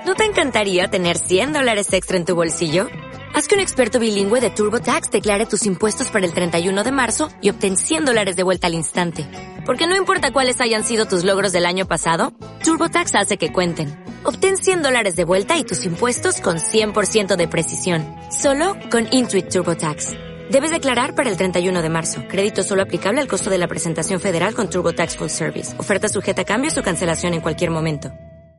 ¿No te encantaría tener $100 extra en tu bolsillo? Haz que un experto bilingüe de TurboTax declare tus impuestos para el 31 de marzo y obtén $100 de vuelta al instante. Porque no importa cuáles hayan sido tus logros del año pasado, TurboTax hace que cuenten. Obtén $100 de vuelta y tus impuestos con 100% de precisión. Solo con Intuit TurboTax. Debes declarar para el 31 de marzo. Crédito solo aplicable al costo de la presentación federal con TurboTax Full Service. Oferta sujeta a cambios o cancelación en cualquier momento.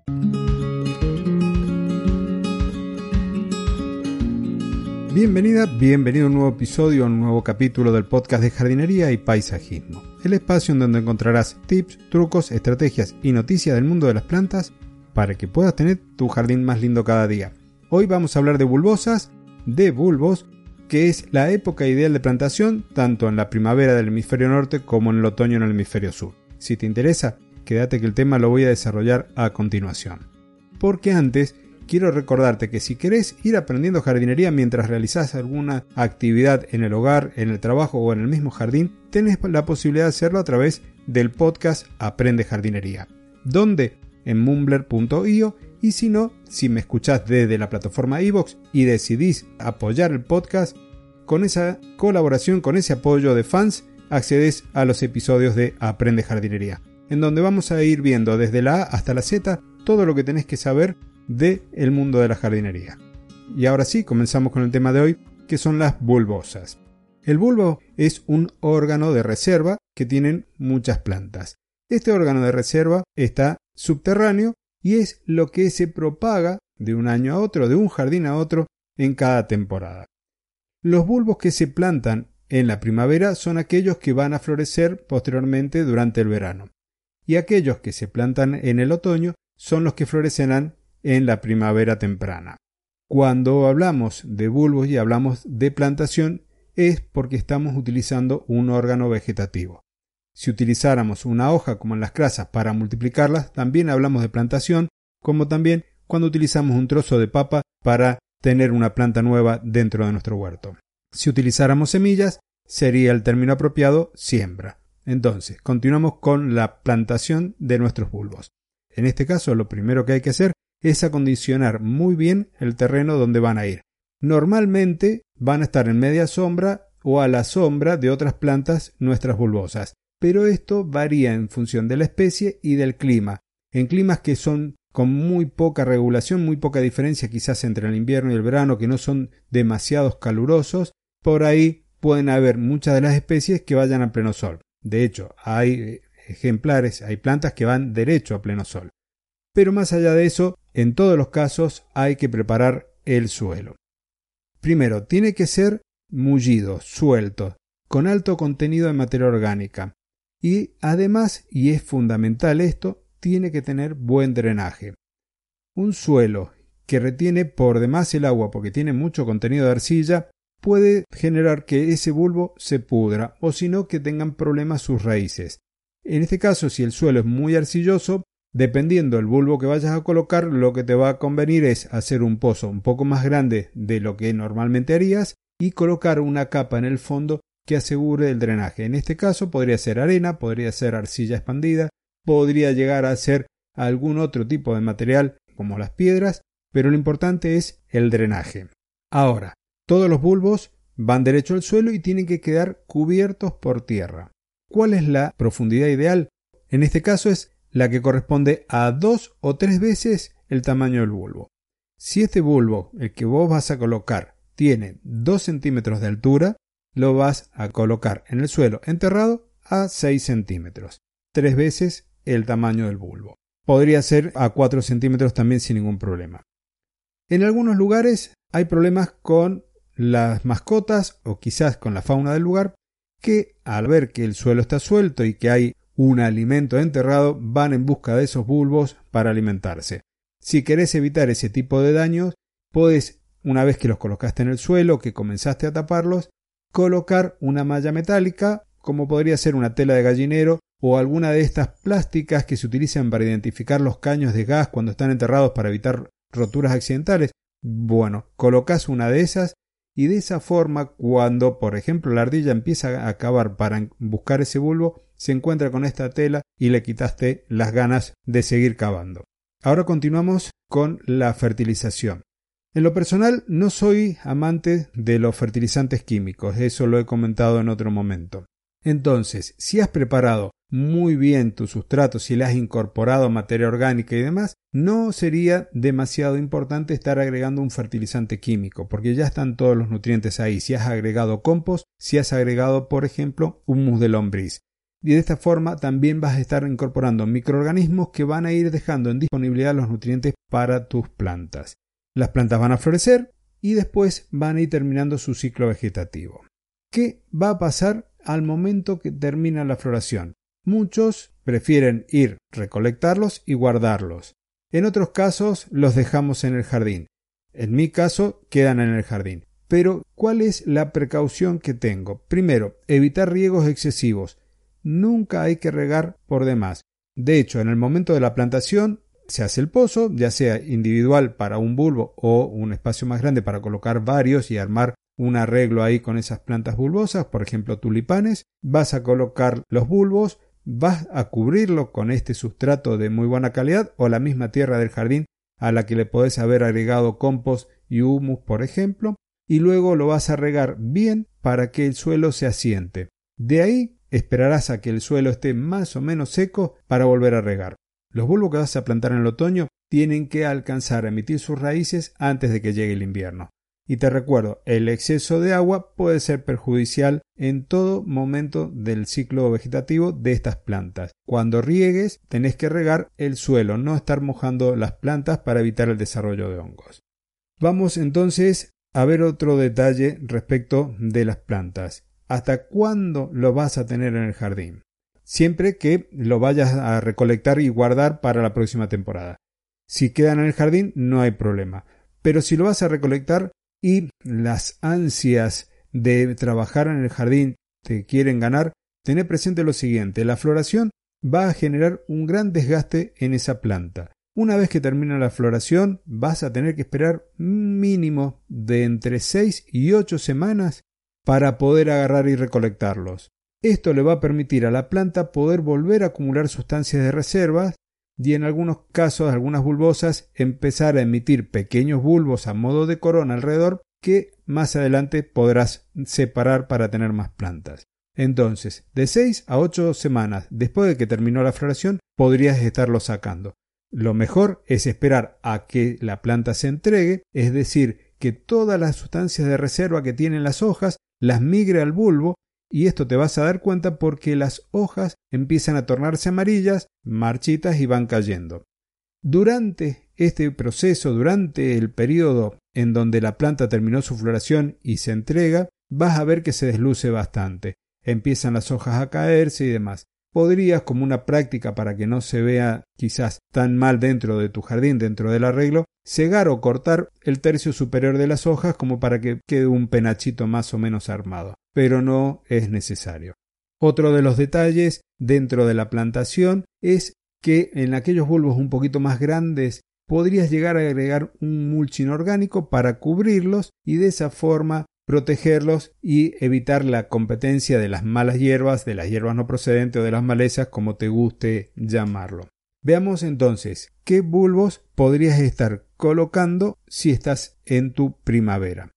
Bienvenido a un nuevo episodio, a un nuevo capítulo del podcast de jardinería y paisajismo. El espacio en donde encontrarás tips, trucos, estrategias y noticias del mundo de las plantas para que puedas tener tu jardín más lindo cada día. Hoy vamos a hablar de bulbosas, de bulbos, que es la época ideal de plantación tanto en la primavera del hemisferio norte como en el otoño en el hemisferio sur. Si te interesa, quédate que el tema lo voy a desarrollar a continuación. Porque antes quiero recordarte que si querés ir aprendiendo jardinería mientras realizás alguna actividad en el hogar, en el trabajo o en el mismo jardín, tenés la posibilidad de hacerlo a través del podcast Aprende Jardinería. ¿Dónde? En mumbler.io, y si no, si me escuchás desde la plataforma iVoox y decidís apoyar el podcast, con esa colaboración, con ese apoyo de fans, accedes a los episodios de Aprende Jardinería, en donde vamos a ir viendo desde la A hasta la Z todo lo que tenés que saber del mundo de la jardinería. Y ahora sí, comenzamos con el tema de hoy, que son las bulbosas. El bulbo es un órgano de reserva que tienen muchas plantas. Este órgano de reserva está subterráneo y es lo que se propaga de un año a otro, de un jardín a otro, en cada temporada. Los bulbos que se plantan en la primavera son aquellos que van a florecer posteriormente durante el verano. Y aquellos que se plantan en el otoño son los que florecerán en la primavera temprana. Cuando hablamos de bulbos y hablamos de plantación es porque estamos utilizando un órgano vegetativo. Si utilizáramos una hoja como en las crasas para multiplicarlas, también hablamos de plantación, como también cuando utilizamos un trozo de papa para tener una planta nueva dentro de nuestro huerto. Si utilizáramos semillas, sería el término apropiado siembra. Entonces, continuamos con la plantación de nuestros bulbos. En este caso, lo primero que hay que hacer es acondicionar muy bien el terreno donde van a ir. Normalmente van a estar en media sombra o a la sombra de otras plantas nuestras bulbosas, pero esto varía en función de la especie y del clima. En climas que son con muy poca regulación, muy poca diferencia quizás entre el invierno y el verano, que no son demasiados calurosos, por ahí pueden haber muchas de las especies que vayan a pleno sol. De hecho, hay ejemplares, hay plantas que van derecho a pleno sol. Pero más allá de eso, en todos los casos hay que preparar el suelo. Primero, tiene que ser mullido, suelto, con alto contenido de materia orgánica. Y además, y es fundamental esto, tiene que tener buen drenaje. Un suelo que retiene por demás el agua porque tiene mucho contenido de arcilla puede generar que ese bulbo se pudra o si no que tengan problemas sus raíces. En este caso, si el suelo es muy arcilloso, dependiendo del bulbo que vayas a colocar, lo que te va a convenir es hacer un pozo un poco más grande de lo que normalmente harías y colocar una capa en el fondo que asegure el drenaje. En este caso podría ser arena, podría ser arcilla expandida, podría llegar a ser algún otro tipo de material como las piedras, pero lo importante es el drenaje. Ahora, todos los bulbos van derecho al suelo y tienen que quedar cubiertos por tierra. ¿Cuál es la profundidad ideal? En este caso es la que corresponde a 2 o 3 veces el tamaño del bulbo. Si este bulbo, el que vos vas a colocar, tiene 2 centímetros de altura, lo vas a colocar en el suelo enterrado a 6 centímetros. 3 veces el tamaño del bulbo. Podría ser a 4 centímetros también sin ningún problema. En algunos lugares hay problemas con las mascotas o quizás con la fauna del lugar que al ver que el suelo está suelto y que hay un alimento enterrado van en busca de esos bulbos para alimentarse. Si querés evitar ese tipo de daños, podés, una vez que los colocaste en el suelo, que comenzaste a taparlos, colocar una malla metálica, como podría ser una tela de gallinero o alguna de estas plásticas que se utilizan para identificar los caños de gas cuando están enterrados para evitar roturas accidentales. Bueno, colocas una de esas y de esa forma, cuando por ejemplo la ardilla empieza a cavar para buscar ese bulbo, se encuentra con esta tela y le quitaste las ganas de seguir cavando. Ahora continuamos con la fertilización. En lo personal no soy amante de los fertilizantes químicos, eso lo he comentado en otro momento. Entonces, si has preparado muy bien tu sustrato, si le has incorporado materia orgánica y demás, no sería demasiado importante estar agregando un fertilizante químico, porque ya están todos los nutrientes ahí. Si has agregado compost, si has agregado, por ejemplo, humus de lombriz. Y de esta forma también vas a estar incorporando microorganismos que van a ir dejando en disponibilidad los nutrientes para tus plantas. Las plantas van a florecer y después van a ir terminando su ciclo vegetativo. ¿Qué va a pasar al momento que termina la floración? Muchos prefieren ir, recolectarlos y guardarlos. En otros casos los dejamos en el jardín. En mi caso quedan en el jardín. Pero, ¿cuál es la precaución que tengo? Primero, evitar riegos excesivos. Nunca hay que regar por demás. De hecho, en el momento de la plantación se hace el pozo, ya sea individual para un bulbo o un espacio más grande para colocar varios y armar un arreglo ahí con esas plantas bulbosas, por ejemplo tulipanes. Vas a colocar los bulbos, vas a cubrirlo con este sustrato de muy buena calidad o la misma tierra del jardín a la que le podés haber agregado compost y humus, por ejemplo, y luego lo vas a regar bien para que el suelo se asiente. De ahí esperarás a que el suelo esté más o menos seco para volver a regar. Los bulbos que vas a plantar en el otoño tienen que alcanzar a emitir sus raíces antes de que llegue el invierno. Y te recuerdo, el exceso de agua puede ser perjudicial en todo momento del ciclo vegetativo de estas plantas. Cuando riegues, tenés que regar el suelo, no estar mojando las plantas para evitar el desarrollo de hongos. Vamos entonces a ver otro detalle respecto de las plantas. ¿Hasta cuándo lo vas a tener en el jardín? Siempre que lo vayas a recolectar y guardar para la próxima temporada. Si quedan en el jardín, no hay problema. Pero si lo vas a recolectar y las ansias de trabajar en el jardín te quieren ganar, tené presente lo siguiente: la floración va a generar un gran desgaste en esa planta. Una vez que termina la floración, vas a tener que esperar un mínimo de entre 6 y 8 semanas para poder agarrar y recolectarlos. Esto le va a permitir a la planta poder volver a acumular sustancias de reservas y en algunos casos, algunas bulbosas, empezar a emitir pequeños bulbos a modo de corona alrededor que más adelante podrás separar para tener más plantas. Entonces, de 6 a 8 semanas después de que terminó la floración, podrías estarlo sacando. Lo mejor es esperar a que la planta se entregue, es decir, que todas las sustancias de reserva que tienen las hojas las migre al bulbo. Y esto te vas a dar cuenta porque las hojas empiezan a tornarse amarillas, marchitas y van cayendo. Durante este proceso, durante el periodo en donde la planta terminó su floración y se entrega, vas a ver que se desluce bastante. Empiezan las hojas a caerse y demás. Podrías, como una práctica para que no se vea quizás tan mal dentro de tu jardín, dentro del arreglo, cegar o cortar el tercio superior de las hojas como para que quede un penachito más o menos armado. Pero no es necesario. Otro de los detalles dentro de la plantación es que en aquellos bulbos un poquito más grandes podrías llegar a agregar un mulching orgánico para cubrirlos y de esa forma protegerlos y evitar la competencia de las malas hierbas, de las hierbas no procedentes o de las malezas, como te guste llamarlo. Veamos entonces qué bulbos podrías estar colocando si estás en tu primavera.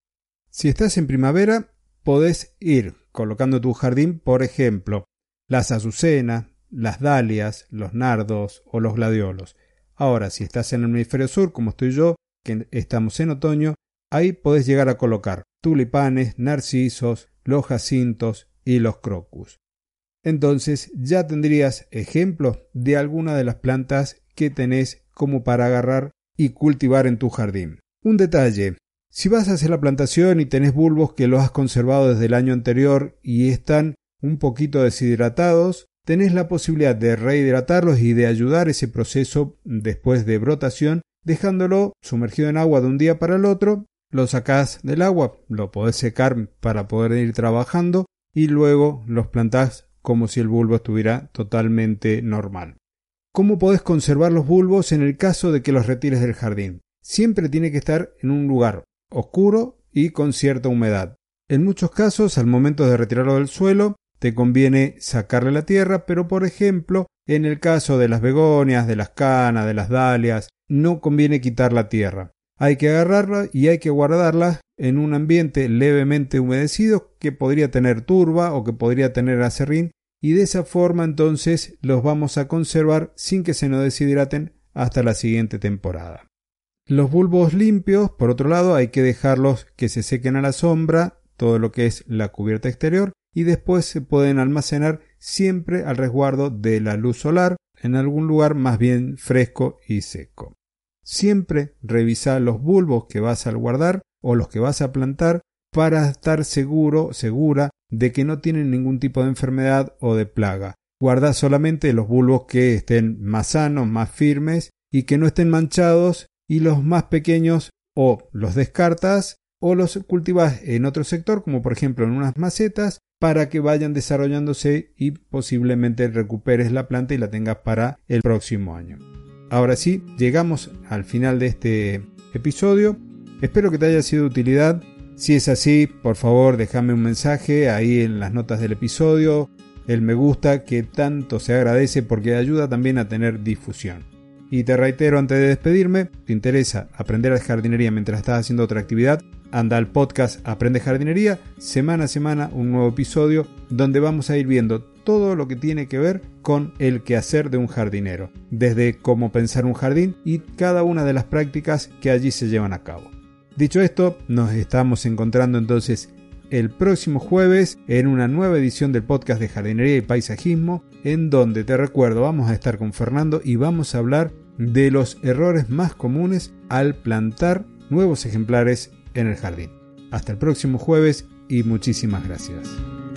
Si estás en primavera, podés ir colocando en tu jardín, por ejemplo, las azucenas, las dalias, los nardos o los gladiolos. Ahora, si estás en el hemisferio sur, como estoy yo, que estamos en otoño, ahí podés llegar a colocar tulipanes, narcisos, los jacintos y los crocus. Entonces ya tendrías ejemplos de alguna de las plantas que tenés como para agarrar y cultivar en tu jardín. Un detalle: si vas a hacer la plantación y tenés bulbos que los has conservado desde el año anterior y están un poquito deshidratados, tenés la posibilidad de rehidratarlos y de ayudar ese proceso después de brotación, dejándolo sumergido en agua de un día para el otro. Lo sacás del agua, lo podés secar para poder ir trabajando y luego los plantás como si el bulbo estuviera totalmente normal. ¿Cómo podés conservar los bulbos en el caso de que los retires del jardín? Siempre tiene que estar en un lugar oscuro y con cierta humedad. En muchos casos, al momento de retirarlo del suelo, te conviene sacarle la tierra, pero por ejemplo, en el caso de las begonias, de las canas, de las dalias, no conviene quitar la tierra. Hay que agarrarla y hay que guardarla en un ambiente levemente humedecido que podría tener turba o que podría tener aserrín, y de esa forma entonces los vamos a conservar sin que se nos deshidraten hasta la siguiente temporada. Los bulbos limpios, por otro lado, hay que dejarlos que se sequen a la sombra, todo lo que es la cubierta exterior, y después se pueden almacenar siempre al resguardo de la luz solar en algún lugar más bien fresco y seco. Siempre revisa los bulbos que vas a guardar o los que vas a plantar para estar segura de que no tienen ningún tipo de enfermedad o de plaga. Guarda solamente los bulbos que estén más sanos, más firmes y que no estén manchados, y los más pequeños o los descartas o los cultivas en otro sector, como por ejemplo en unas macetas, para que vayan desarrollándose y posiblemente recuperes la planta y la tengas para el próximo año. Ahora sí, llegamos al final de este episodio. Espero que te haya sido de utilidad. Si es así, por favor, déjame un mensaje ahí en las notas del episodio, el me gusta que tanto se agradece porque ayuda también a tener difusión. Y te reitero antes de despedirme, ¿te interesa aprender jardinería mientras estás haciendo otra actividad? Anda al podcast Aprende Jardinería, semana a semana un nuevo episodio donde vamos a ir viendo todo lo que tiene que ver con el quehacer de un jardinero, desde cómo pensar un jardín y cada una de las prácticas que allí se llevan a cabo. Dicho esto, nos estamos encontrando entonces el próximo jueves en una nueva edición del podcast de jardinería y paisajismo, en donde te recuerdo vamos a estar con Fernando y vamos a hablar de los errores más comunes al plantar nuevos ejemplares en el jardín. Hasta el próximo jueves y muchísimas gracias.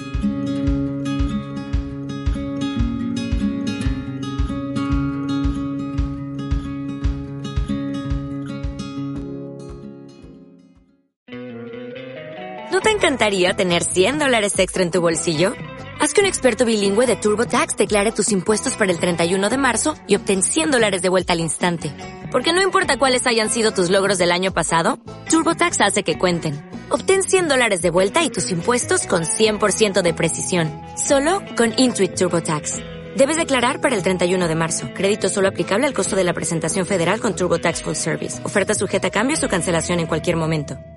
¿No te encantaría tener $100 extra en tu bolsillo? Haz que un experto bilingüe de TurboTax declare tus impuestos para el 31 de marzo y obtén $100 de vuelta al instante. Porque no importa cuáles hayan sido tus logros del año pasado, TurboTax hace que cuenten. Obtén $100 de vuelta y tus impuestos con 100% de precisión. Solo con Intuit TurboTax. Debes declarar para el 31 de marzo. Crédito solo aplicable al costo de la presentación federal con TurboTax Full Service. Oferta sujeta a cambios o cancelación en cualquier momento.